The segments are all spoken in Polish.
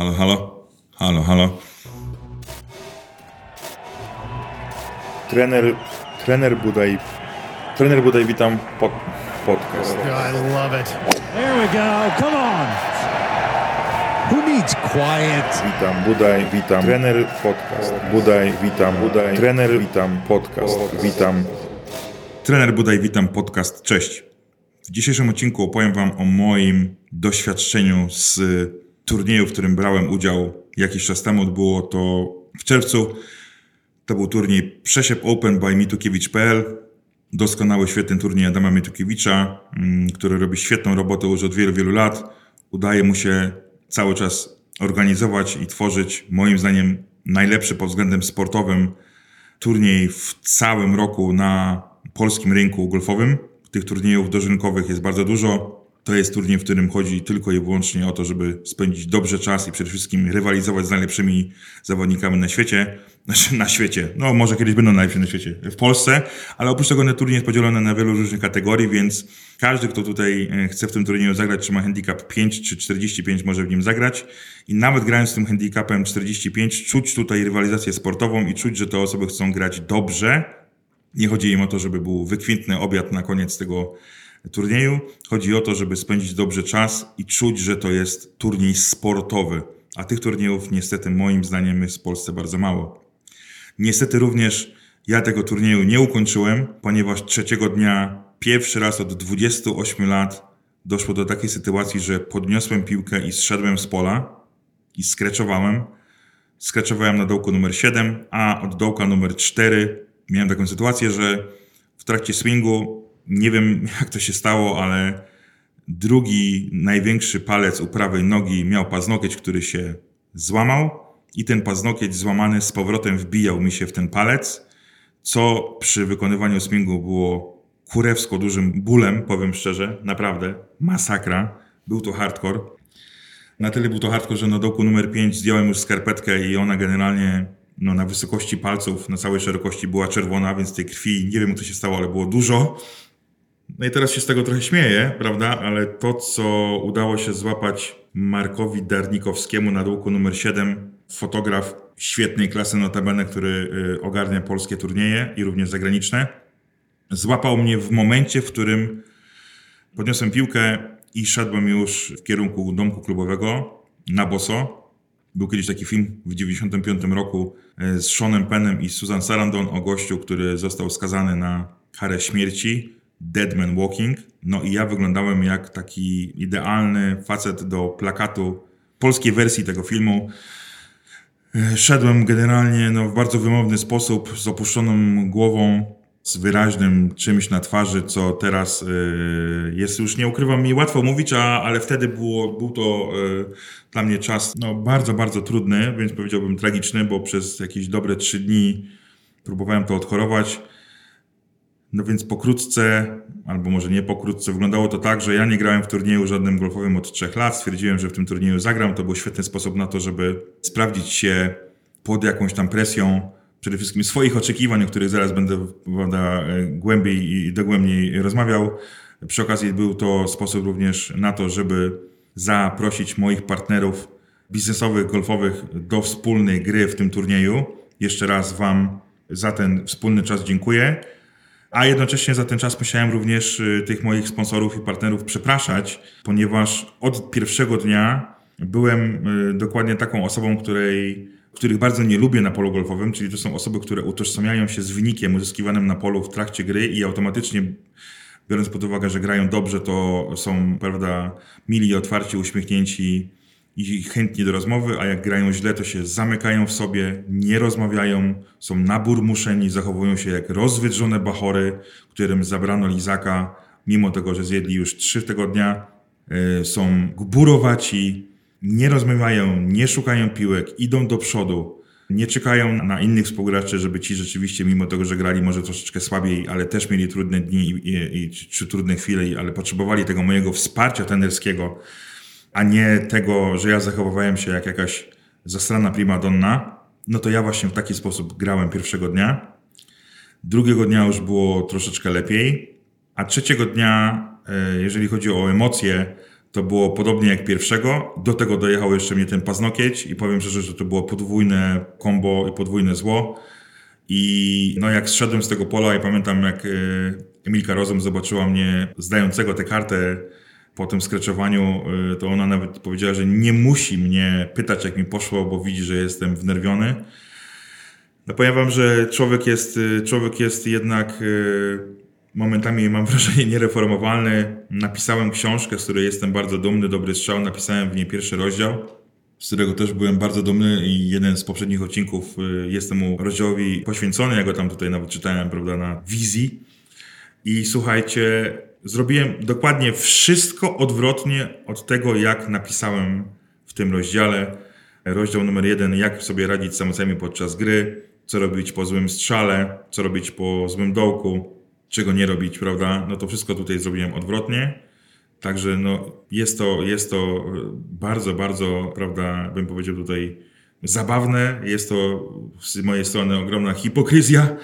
Halo, halo, halo, halo. Trener Budaj, witam, podcast. I love it. There we go, come on. Who needs quiet? Witam, Budaj, witam, trener podcast. Budaj, witam, Budaj, trener, witam, podcast. Witam. Trener Budaj, witam, podcast. Cześć. W dzisiejszym odcinku opowiem wam o moim doświadczeniu z turnieju, w którym brałem udział jakiś czas temu. Było to w czerwcu. To był turniej Przesiep Open by Mitukiewicz.pl. Doskonały, świetny turniej Adama Mitukiewicza, który robi świetną robotę już od wielu, wielu lat. Udaje mu się cały czas organizować i tworzyć, moim zdaniem, najlepszy pod względem sportowym turniej w całym roku na polskim rynku golfowym. Tych turniejów dożynkowych jest bardzo dużo. To jest turniej, w którym chodzi tylko i wyłącznie o to, żeby spędzić dobrze czas i przede wszystkim rywalizować z najlepszymi zawodnikami na świecie. Znaczy na świecie. No może kiedyś będą najlepsi na świecie. W Polsce. Ale oprócz tego ten turniej jest podzielony na wielu różnych kategorii, więc każdy, kto tutaj chce w tym turnieju zagrać, czy ma handicap 5 czy 45, może w nim zagrać. I nawet grając z tym handicapem 45, czuć tutaj rywalizację sportową i czuć, że te osoby chcą grać dobrze. Nie chodzi im o to, żeby był wykwintny obiad na koniec tego turnieju. Chodzi o to, żeby spędzić dobrze czas i czuć, że to jest turniej sportowy. A tych turniejów niestety moim zdaniem jest w Polsce bardzo mało. Niestety również ja tego turnieju nie ukończyłem, ponieważ trzeciego dnia pierwszy raz od 28 lat doszło do takiej sytuacji, że podniosłem piłkę i zszedłem z pola i skreczowałem. Skreczowałem na dołku numer 7, a od dołka numer 4 miałem taką sytuację, że w trakcie swingu, nie wiem jak to się stało, ale drugi największy palec u prawej nogi miał paznokieć, który się złamał i ten paznokieć złamany z powrotem wbijał mi się w ten palec, co przy wykonywaniu swingu było kurewsko dużym bólem, powiem szczerze, naprawdę, masakra, był to hardcore. Na tyle był to hardcore, że na dołku numer 5 zdjąłem już skarpetkę i ona generalnie na wysokości palców, na całej szerokości była czerwona, więc tej krwi, nie wiem jak to się stało, ale było dużo. No i teraz się z tego trochę śmieję, prawda? Ale to, co udało się złapać Markowi Darnikowskiemu na dołku numer 7, fotograf świetnej klasy notabene, który ogarnia polskie turnieje i również zagraniczne, złapał mnie w momencie, w którym podniosłem piłkę i szedłem już w kierunku domku klubowego na boso. Był kiedyś taki film w 1995 roku z Seanem Pennem i Susan Sarandon o gościu, który został skazany na karę śmierci, Dead Man Walking. No i ja wyglądałem jak taki idealny facet do plakatu polskiej wersji tego filmu. Szedłem generalnie w bardzo wymowny sposób, z opuszczoną głową, z wyraźnym czymś na twarzy, co teraz jest, już nie ukrywam, mi łatwo mówić, ale wtedy był to dla mnie czas bardzo, bardzo trudny, więc powiedziałbym tragiczny, bo przez jakieś dobre 3 dni próbowałem to odchorować. No więc pokrótce, albo może nie pokrótce, wyglądało to tak, że ja nie grałem w turnieju żadnym golfowym od 3 lat. Stwierdziłem, że w tym turnieju zagram. To był świetny sposób na to, żeby sprawdzić się pod jakąś tam presją, przede wszystkim swoich oczekiwań, o których zaraz będę głębiej i dogłębniej rozmawiał. Przy okazji był to sposób również na to, żeby zaprosić moich partnerów biznesowych, golfowych do wspólnej gry w tym turnieju. Jeszcze raz wam za ten wspólny czas dziękuję. A jednocześnie za ten czas musiałem również tych moich sponsorów i partnerów przepraszać, ponieważ od pierwszego dnia byłem dokładnie taką osobą, których bardzo nie lubię na polu golfowym, czyli to są osoby, które utożsamiają się z wynikiem uzyskiwanym na polu w trakcie gry i automatycznie, biorąc pod uwagę, że grają dobrze, to są, prawda, mili, otwarci, uśmiechnięci i chętni do rozmowy, a jak grają źle, to się zamykają w sobie, nie rozmawiają, są naburmuszeni, zachowują się jak rozwydrzone bachory, którym zabrano lizaka, mimo tego, że zjedli już 3 tego dnia, są gburowaci, nie rozmawiają, nie szukają piłek, idą do przodu, nie czekają na innych współgraczy, żeby ci rzeczywiście, mimo tego, że grali może troszeczkę słabiej, ale też mieli trudne dni czy trudne chwile, ale potrzebowali tego mojego wsparcia trenerskiego, a nie tego, że ja zachowywałem się jak jakaś zasrana primadonna, no to ja właśnie w taki sposób grałem pierwszego dnia. Drugiego dnia już było troszeczkę lepiej, a trzeciego dnia, jeżeli chodzi o emocje, to było podobnie jak pierwszego. Do tego dojechał jeszcze mnie ten paznokieć i powiem szczerze, że to było podwójne combo i podwójne zło. I no jak zszedłem z tego pola i pamiętam jak Emilka Rozum zobaczyła mnie zdającego tę kartę po tym skreczowaniu, to ona nawet powiedziała, że nie musi mnie pytać jak mi poszło, bo widzi, że jestem wnerwiony. No powiem wam, że człowiek jest jednak momentami, mam wrażenie, niereformowalny. Napisałem książkę, z której jestem bardzo dumny, Dobry Strzał. Napisałem w niej pierwszy rozdział, z którego też byłem bardzo dumny i jeden z poprzednich odcinków jest temu rozdziałowi poświęcony. Ja go tam tutaj nawet czytałem, prawda, na wizji. I słuchajcie, zrobiłem dokładnie wszystko odwrotnie od tego, jak napisałem w tym rozdziale. Rozdział numer 1, jak sobie radzić z emocjami podczas gry, co robić po złym strzale, co robić po złym dołku, czego nie robić, prawda? No to wszystko tutaj zrobiłem odwrotnie. Także no jest to bardzo, bardzo, prawda, bym powiedział tutaj zabawne. Jest to z mojej strony ogromna hipokryzja.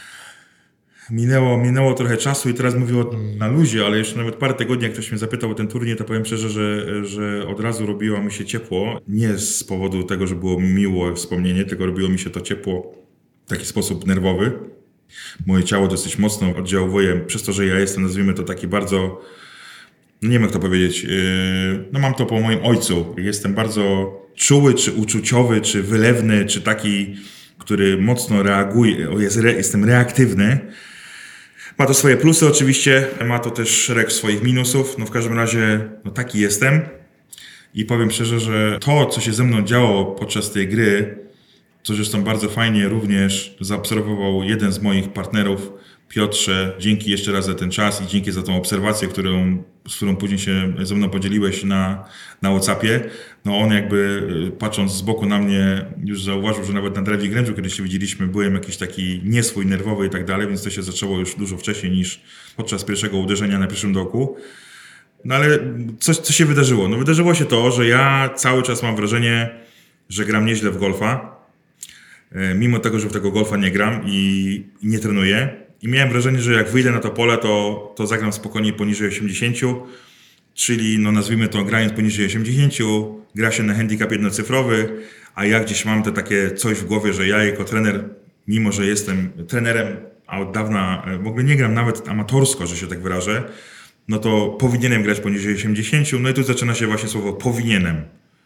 Minęło trochę czasu i teraz mówię na luzie, ale jeszcze nawet parę tygodni, jak ktoś mnie zapytał o ten turniej, to powiem szczerze, że od razu robiło mi się ciepło. Nie z powodu tego, że było miłe wspomnienie, tylko robiło mi się to ciepło w taki sposób nerwowy. Moje ciało dosyć mocno oddziałuje przez to, że ja jestem, nazwijmy to taki bardzo, nie wiem jak to powiedzieć, no mam to po moim ojcu. Jestem bardzo czuły, czy uczuciowy, czy wylewny, czy taki, który mocno reaguje, jestem reaktywny. Ma to swoje plusy oczywiście, ma to też szereg swoich minusów, no w każdym razie no taki jestem i powiem szczerze, że to, co się ze mną działo podczas tej gry, co zresztą bardzo fajnie również zaobserwował jeden z moich partnerów, Piotrze, dzięki jeszcze raz za ten czas i dzięki za tą obserwację, z którą później się ze mną podzieliłeś na WhatsAppie. No on jakby patrząc z boku na mnie już zauważył, że nawet na Drive Grężu, kiedy się widzieliśmy, byłem jakiś taki nieswój, nerwowy i tak dalej, więc to się zaczęło już dużo wcześniej niż podczas pierwszego uderzenia na pierwszym dołku. No ale co się wydarzyło? No wydarzyło się to, że ja cały czas mam wrażenie, że gram nieźle w golfa. Mimo tego, że w tego golfa nie gram i nie trenuję. I miałem wrażenie, że jak wyjdę na to pole, to zagram spokojnie poniżej 80, czyli no nazwijmy to grając poniżej 80, gra się na handicap jednocyfrowy, a ja gdzieś mam te takie coś w głowie, że ja jako trener, mimo że jestem trenerem, a od dawna w ogóle nie gram nawet amatorsko, że się tak wyrażę, no to powinienem grać poniżej 80, no i tu zaczyna się właśnie słowo powinienem.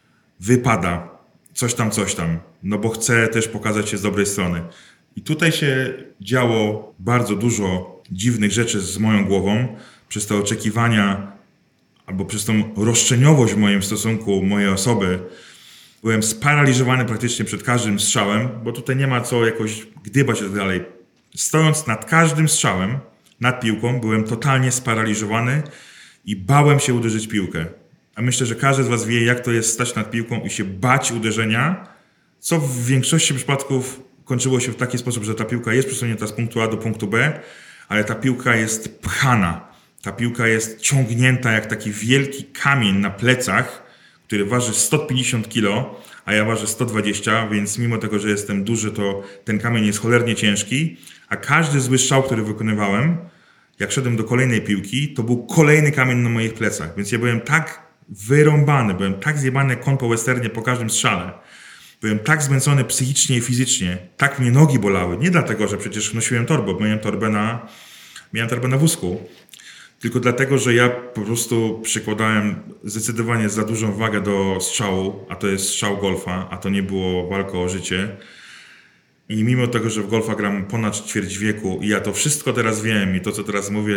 Wypada, coś tam, no bo chcę też pokazać się z dobrej strony. I tutaj się działo bardzo dużo dziwnych rzeczy z moją głową, przez te oczekiwania, albo przez tą roszczeniowość w moim stosunku mojej osoby. Byłem sparaliżowany praktycznie przed każdym strzałem, bo tutaj nie ma co jakoś gdybać i tak dalej. Stojąc nad każdym strzałem, nad piłką, byłem totalnie sparaliżowany i bałem się uderzyć piłkę. A myślę, że każdy z was wie, jak to jest stać nad piłką i się bać uderzenia, co w większości przypadków kończyło się w taki sposób, że ta piłka jest przesunięta z punktu A do punktu B, ale ta piłka jest pchana. Ta piłka jest ciągnięta jak taki wielki kamień na plecach, który waży 150 kg, a ja ważę 120, więc mimo tego, że jestem duży, to ten kamień jest cholernie ciężki, a każdy zły strzał, który wykonywałem, jak szedłem do kolejnej piłki, to był kolejny kamień na moich plecach, więc ja byłem tak wyrąbany, byłem tak zjebany jak kon po westernie po każdym strzale. Byłem tak zmęczony psychicznie i fizycznie, tak mnie nogi bolały. Nie dlatego, że przecież nosiłem torbę, bo miałem torbę na wózku. Tylko dlatego, że ja po prostu przykładałem zdecydowanie za dużą wagę do strzału, a to jest strzał golfa, a to nie było walka o życie. I mimo tego, że w golfa gram ponad ćwierć wieku i ja to wszystko teraz wiem i to, co teraz mówię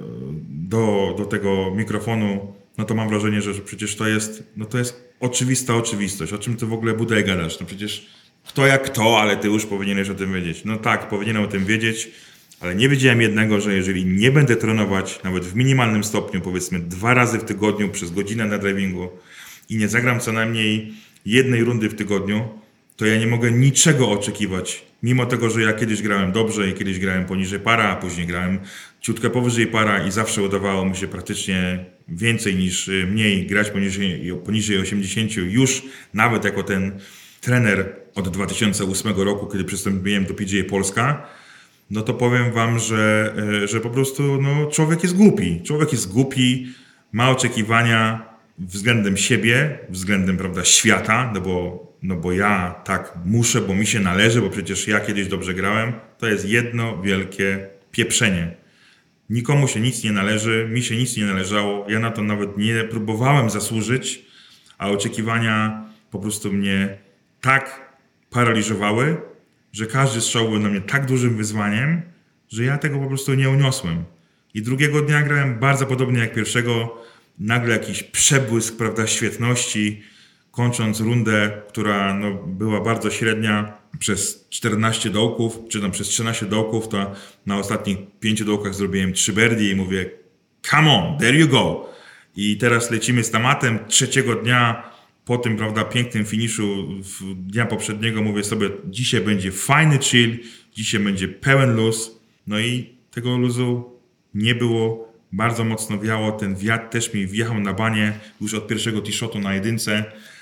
do tego mikrofonu, no to mam wrażenie, że przecież to jest oczywista oczywistość. O czym ty w ogóle Budaj gadasz? No przecież kto jak kto, ale ty już powinieneś o tym wiedzieć. No tak, powinienem o tym wiedzieć, ale nie wiedziałem jednego, że jeżeli nie będę trenować nawet w minimalnym stopniu, powiedzmy 2 razy w tygodniu przez godzinę na drivingu i nie zagram co najmniej 1 rundy w tygodniu, to ja nie mogę niczego oczekiwać. Mimo tego, że ja kiedyś grałem dobrze i kiedyś grałem poniżej para, a później grałem ciutkę powyżej para i zawsze udawało mi się praktycznie więcej niż mniej grać poniżej 80. Już nawet jako ten trener od 2008 roku, kiedy przystąpiłem do PGA Polska, no to powiem wam, że po prostu człowiek jest głupi. Człowiek jest głupi, ma oczekiwania względem siebie, względem, prawda, świata, no bo ja tak muszę, bo mi się należy, bo przecież ja kiedyś dobrze grałem. To jest jedno wielkie pieprzenie. Nikomu się nic nie należy, mi się nic nie należało, ja na to nawet nie próbowałem zasłużyć, a oczekiwania po prostu mnie tak paraliżowały, że każdy strzał był dla mnie tak dużym wyzwaniem, że ja tego po prostu nie uniosłem. I drugiego dnia grałem bardzo podobnie jak pierwszego, nagle jakiś przebłysk, prawda, świetności, kończąc rundę, która była bardzo średnia, przez 14 dołków, czy tam przez 13 dołków, to na ostatnich 5 dołkach zrobiłem 3 birdie i mówię come on, there you go. I teraz lecimy z tematem. Trzeciego dnia po tym, prawda, pięknym finiszu dnia poprzedniego mówię sobie, dzisiaj będzie fajny chill, dzisiaj będzie pełen luz. No i tego luzu nie było, bardzo mocno wiało, ten wiatr też mi wjechał na banie już od pierwszego tee-shotu na jedynce.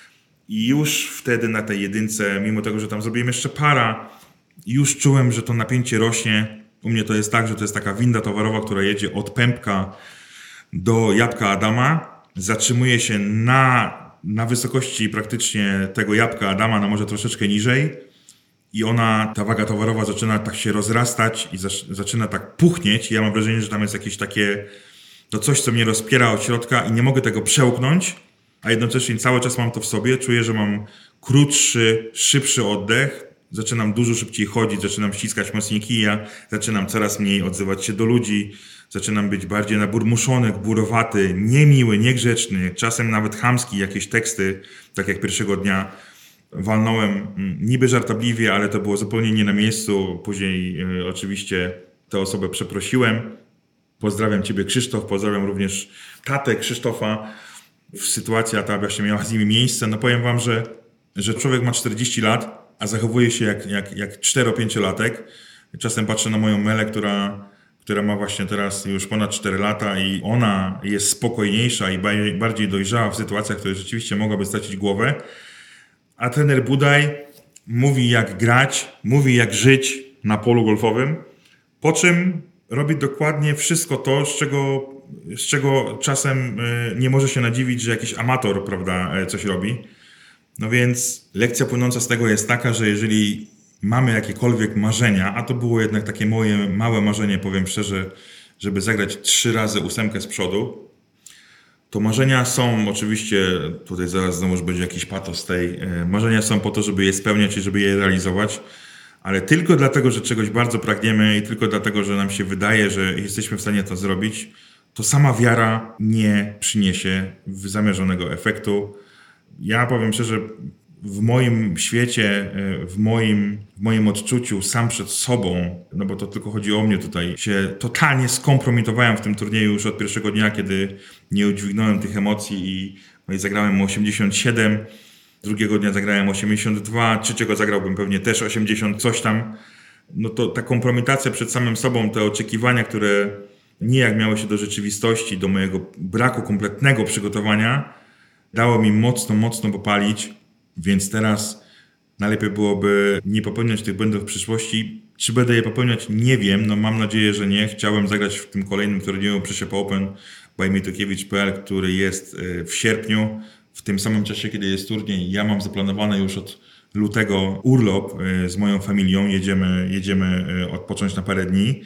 I już wtedy na tej jedynce, mimo tego, że tam zrobiłem jeszcze para, już czułem, że to napięcie rośnie. U mnie to jest tak, że to jest taka winda towarowa, która jedzie od pępka do jabłka Adama. Zatrzymuje się na wysokości praktycznie tego jabłka Adama, no może troszeczkę niżej. I ta waga towarowa zaczyna tak się rozrastać i zaczyna tak puchnieć. I ja mam wrażenie, że tam jest jakieś takie, coś, co mnie rozpiera od środka i nie mogę tego przełknąć. A jednocześnie cały czas mam to w sobie, czuję, że mam krótszy, szybszy oddech, zaczynam dużo szybciej chodzić, zaczynam ściskać mocniej kija, zaczynam coraz mniej odzywać się do ludzi, zaczynam być bardziej naburmuszony, gburowaty, niemiły, niegrzeczny, czasem nawet chamski, jakieś teksty, tak jak pierwszego dnia walnąłem niby żartobliwie, ale to było zupełnie nie na miejscu. Później oczywiście tę osobę przeprosiłem. Pozdrawiam Ciebie, Krzysztof, pozdrawiam również tatę Krzysztofa. Sytuacja ta właśnie miała z nimi miejsce. No powiem wam, że człowiek ma 40 lat, a zachowuje się jak 4-5-latek. Czasem patrzę na moją Melę, która ma właśnie teraz już ponad 4 lata i ona jest spokojniejsza i bardziej dojrzała w sytuacjach, które rzeczywiście mogłaby stracić głowę. A trener Budaj mówi jak grać, mówi jak żyć na polu golfowym, po czym robi dokładnie wszystko to, z czego czasem nie może się nadziwić, że jakiś amator, prawda, coś robi. No więc lekcja płynąca z tego jest taka, że jeżeli mamy jakiekolwiek marzenia, a to było jednak takie moje małe marzenie, powiem szczerze, żeby zagrać 3 razy 8 z przodu, to marzenia są oczywiście, tutaj zaraz znowu będzie jakiś patos marzenia są po to, żeby je spełniać i żeby je realizować, ale tylko dlatego, że czegoś bardzo pragniemy i tylko dlatego, że nam się wydaje, że jesteśmy w stanie to zrobić, to sama wiara nie przyniesie zamierzonego efektu. Ja powiem szczerze, w moim świecie, w moim odczuciu sam przed sobą, no bo to tylko chodzi o mnie tutaj, się totalnie skompromitowałem w tym turnieju już od pierwszego dnia, kiedy nie udźwignąłem tych emocji i zagrałem 87, drugiego dnia zagrałem 82, trzeciego zagrałbym pewnie też 80 coś tam. No to ta kompromitacja przed samym sobą, te oczekiwania, które nijak miały się do rzeczywistości, do mojego braku kompletnego przygotowania, dało mi mocno popalić, więc teraz najlepiej byłoby nie popełniać tych błędów w przyszłości. Czy będę je popełniać? Nie wiem, no mam nadzieję, że nie. Chciałem zagrać w tym kolejnym turnieju Przeszep Open by Mitokiewicz.pl, który jest w sierpniu, w tym samym czasie, kiedy jest turniej. Ja mam zaplanowane już od lutego urlop z moją familią, jedziemy odpocząć na parę dni,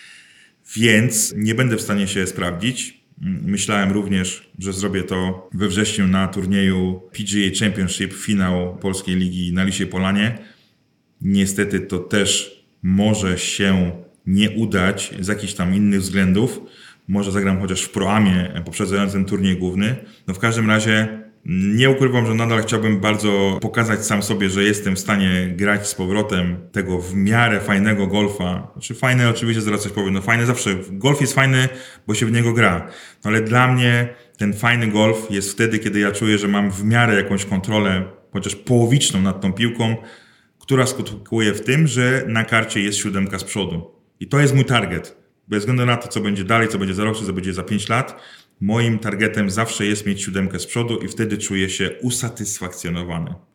więc nie będę w stanie się sprawdzić. Myślałem również, że zrobię to we wrześniu na turnieju PGA Championship, finał Polskiej Ligi na Lisiej Polanie. Niestety to też może się nie udać z jakichś tam innych względów. Może zagram chociaż w Pro-Amie poprzedzającym turniej główny. No w każdym razie nie ukrywam, że nadal chciałbym bardzo pokazać sam sobie, że jestem w stanie grać z powrotem tego w miarę fajnego golfa. Znaczy fajne oczywiście, zaraz coś powiem, no fajne zawsze. Golf jest fajny, bo się w niego gra. No ale dla mnie ten fajny golf jest wtedy, kiedy ja czuję, że mam w miarę jakąś kontrolę, chociaż połowiczną nad tą piłką, która skutkuje w tym, że na karcie jest 7 z przodu. I to jest mój target. Bez względu na to, co będzie dalej, co będzie za rok, czy co będzie za 5 lat, moim targetem zawsze jest mieć 7 z przodu i wtedy czuję się usatysfakcjonowany.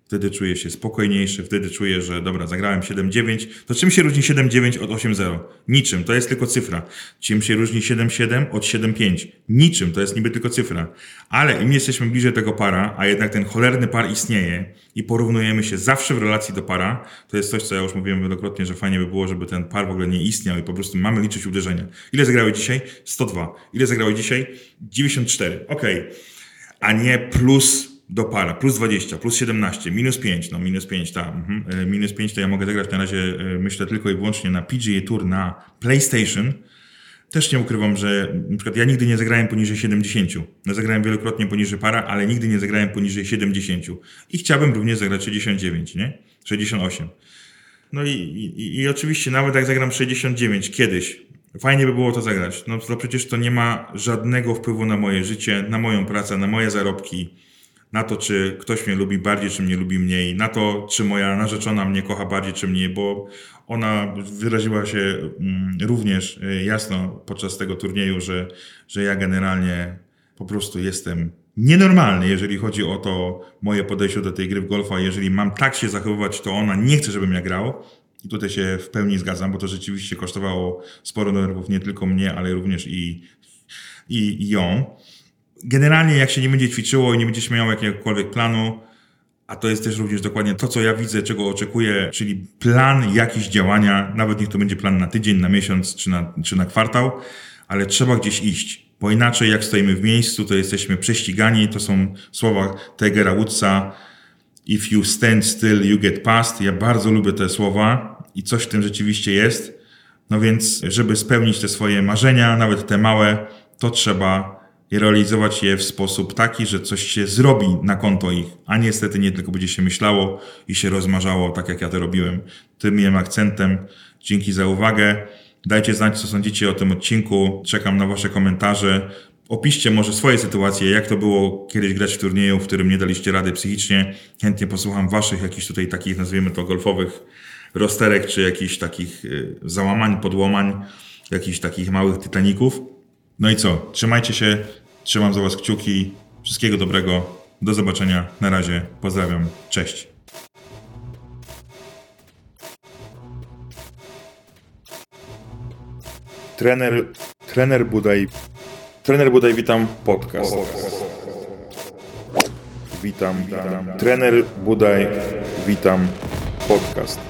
Wtedy czuję się spokojniejszy, wtedy czuję, że dobra, zagrałem 7-9. To czym się różni 7-9 od 8-0? Niczym, to jest tylko cyfra. Czym się różni 7-7 od 7-5? Niczym, to jest niby tylko cyfra. Ale im jesteśmy bliżej tego para, a jednak ten cholerny par istnieje i porównujemy się zawsze w relacji do para, to jest coś, co ja już mówiłem wielokrotnie, że fajnie by było, żeby ten par w ogóle nie istniał i po prostu mamy liczyć uderzenia. Ile zagrały dzisiaj? 102. Ile zagrały dzisiaj? 94. Okej. A nie plus do para, plus 20, plus 17, minus 5, no minus 5, minus 5 to ja mogę zagrać na razie, myślę tylko i wyłącznie na PGA Tour, na PlayStation. Też nie ukrywam, że na przykład ja nigdy nie zagrałem poniżej 70. No zagrałem wielokrotnie poniżej para, ale nigdy nie zagrałem poniżej 70. I chciałbym również zagrać 69, nie? 68. No i oczywiście nawet jak zagram 69 kiedyś, fajnie by było to zagrać. No to przecież to nie ma żadnego wpływu na moje życie, na moją pracę, na moje zarobki, na to, czy ktoś mnie lubi bardziej, czy mnie lubi mniej, na to, czy moja narzeczona mnie kocha bardziej, czy mniej, bo ona wyraziła się również jasno podczas tego turnieju, że ja generalnie po prostu jestem nienormalny, jeżeli chodzi o to moje podejście do tej gry w golfa. Jeżeli mam tak się zachowywać, to ona nie chce, żebym ja grał. I tutaj się w pełni zgadzam, bo to rzeczywiście kosztowało sporo nerwów, nie tylko mnie, ale również i ją. Generalnie jak się nie będzie ćwiczyło i nie będziesz miał jakiegokolwiek planu, a to jest też również dokładnie to, co ja widzę, czego oczekuję, czyli plan jakiś działania, nawet niech to będzie plan na tydzień, na miesiąc czy na kwartał, ale trzeba gdzieś iść, bo inaczej jak stoimy w miejscu, to jesteśmy prześcigani, to są słowa Tigera Woodsa, if you stand still, you get past. Ja bardzo lubię te słowa i coś w tym rzeczywiście jest, no więc żeby spełnić te swoje marzenia, nawet te małe, to trzeba realizować je w sposób taki, że coś się zrobi na konto ich, a niestety nie tylko będzie się myślało i się rozmarzało, tak jak ja to robiłem. Tym akcentem. Dzięki za uwagę. Dajcie znać, co sądzicie o tym odcinku. Czekam na wasze komentarze. Opiszcie może swoje sytuacje, jak to było kiedyś grać w turnieju, w którym nie daliście rady psychicznie. Chętnie posłucham waszych jakichś tutaj takich, nazwijmy to, golfowych rozterek, czy jakichś takich załamań, podłomań, jakichś takich małych tytaników. No i co? Trzymajcie się, trzymam za was kciuki. Wszystkiego dobrego. Do zobaczenia. Na razie. Pozdrawiam. Cześć. Trener Budaj, witam podcast. Witam. Trener Budaj, witam podcast.